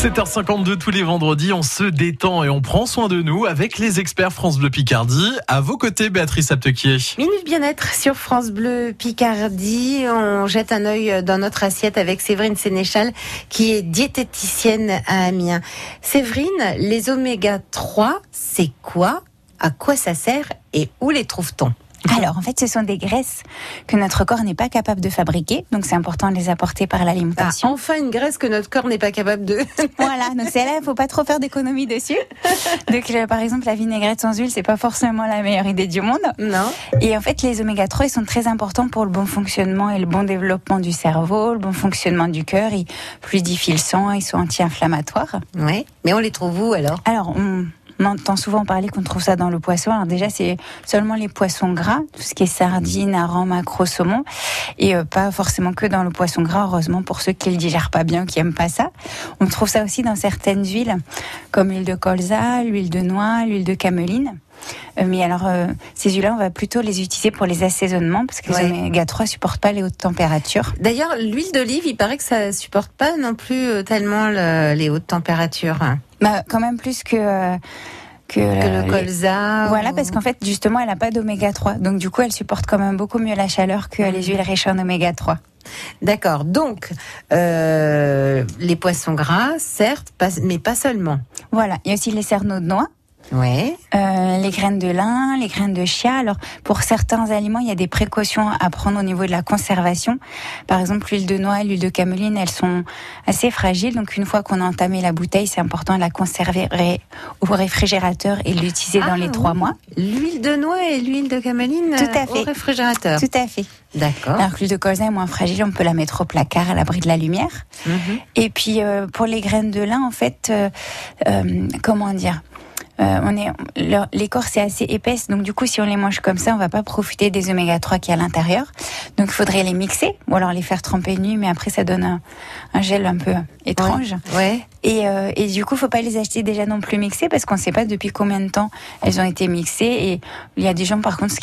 7h52 tous les vendredis, on se détend et on prend soin de nous avec les experts France Bleu Picardie. À vos côtés, Béatrice Aptequier. Minute bien-être sur France Bleu Picardie. On jette un œil dans notre assiette avec Séverine Sénéchal qui est diététicienne à Amiens. Séverine, les oméga 3, c'est quoi ? À quoi ça sert et où les trouve-t-on ? Alors, en fait, ce sont des graisses que notre corps n'est pas capable de fabriquer. Donc, c'est important de les apporter par l'alimentation. Enfin, une graisse que notre corps n'est pas capable de... Voilà, donc c'est là, il ne faut pas trop faire d'économie dessus. Donc, par exemple, la vinaigrette sans huile, c'est pas forcément la meilleure idée du monde. Non. Et en fait, les oméga 3, ils sont très importants pour le bon fonctionnement et le bon développement du cerveau, le bon fonctionnement du cœur. Ils fluidifient le sang, ils sont anti-inflammatoires. Oui, mais on les trouve où alors ? Alors, on entend souvent parler qu'on trouve ça dans le poisson. Alors déjà, c'est seulement les poissons gras, tout ce qui est sardines, harengs, maquereaux, saumon, et pas forcément que dans le poisson gras, heureusement pour ceux qui le digèrent pas bien, qui aiment pas ça. On trouve ça aussi dans certaines huiles, comme l'huile de colza, l'huile de noix, l'huile de cameline. Mais alors, ces huiles-là, on va plutôt les utiliser pour les assaisonnements, parce que les oméga 3 supportent pas les hautes températures. D'ailleurs, l'huile d'olive, il paraît que ça supporte pas non plus tellement les hautes températures. Bah, quand même plus que le colza. Voilà, parce qu'en fait, justement, elle n'a pas d'oméga 3. Donc, du coup, elle supporte quand même beaucoup mieux la chaleur que les huiles riches en oméga 3. D'accord. Donc, les poissons gras, certes, mais pas seulement. Voilà. Il y a aussi les cerneaux de noix. Ouais. Les graines de lin, les graines de chia. Alors, pour certains aliments, il y a des précautions à prendre au niveau de la conservation. Par exemple, l'huile de noix, l'huile de cameline, elles sont assez fragiles. Donc, une fois qu'on a entamé la bouteille, c'est important de la conserver au réfrigérateur et de l'utiliser dans les 3 mois. L'huile de noix et l'huile de cameline Tout à fait. Au réfrigérateur. Tout à fait. D'accord. Alors que l'huile de colza est moins fragile, on peut la mettre au placard à l'abri de la lumière. Mm-hmm. Et puis, pour les graines de lin, en fait, comment dire ? L'écorce est assez épaisse, donc du coup si on les mange comme ça, on va pas profiter des oméga 3 qui est à l'intérieur. Donc il faudrait les mixer ou alors les faire tremper nus, mais après ça donne un gel un peu étrange. Ouais. Et du coup, faut pas les acheter déjà non plus mixées parce qu'on sait pas depuis combien de temps elles ont été mixées. Et il y a des gens par contre ce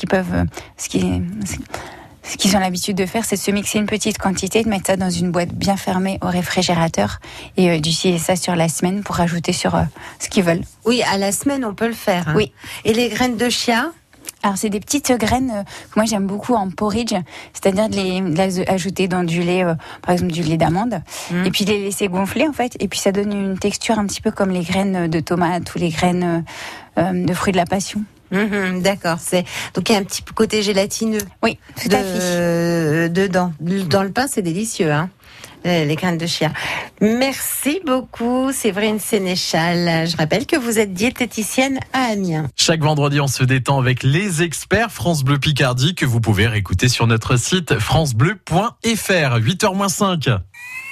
qu'ils ont l'habitude de faire, c'est de se mixer une petite quantité, de mettre ça dans une boîte bien fermée au réfrigérateur et d'utiliser ça sur la semaine pour rajouter sur ce qu'ils veulent. Oui, à la semaine, on peut le faire. Hein. Oui. Et les graines de chia ? Alors, c'est des petites graines que moi j'aime beaucoup en porridge, c'est-à-dire de les ajouter dans du lait, par exemple du lait d'amande, et puis les laisser gonfler en fait, et puis ça donne une texture un petit peu comme les graines de tomates ou les graines de fruits de la passion. D'accord, donc il y a un petit côté gélatineux. Oui, tout à fait. Dedans. Dans le pain, c'est délicieux, hein, les graines de chia. Merci beaucoup, Séverine Sénéchal. Je rappelle que vous êtes diététicienne à Amiens. Chaque vendredi, on se détend avec les experts France Bleu Picardie que vous pouvez réécouter sur notre site francebleu.fr. 8h-5.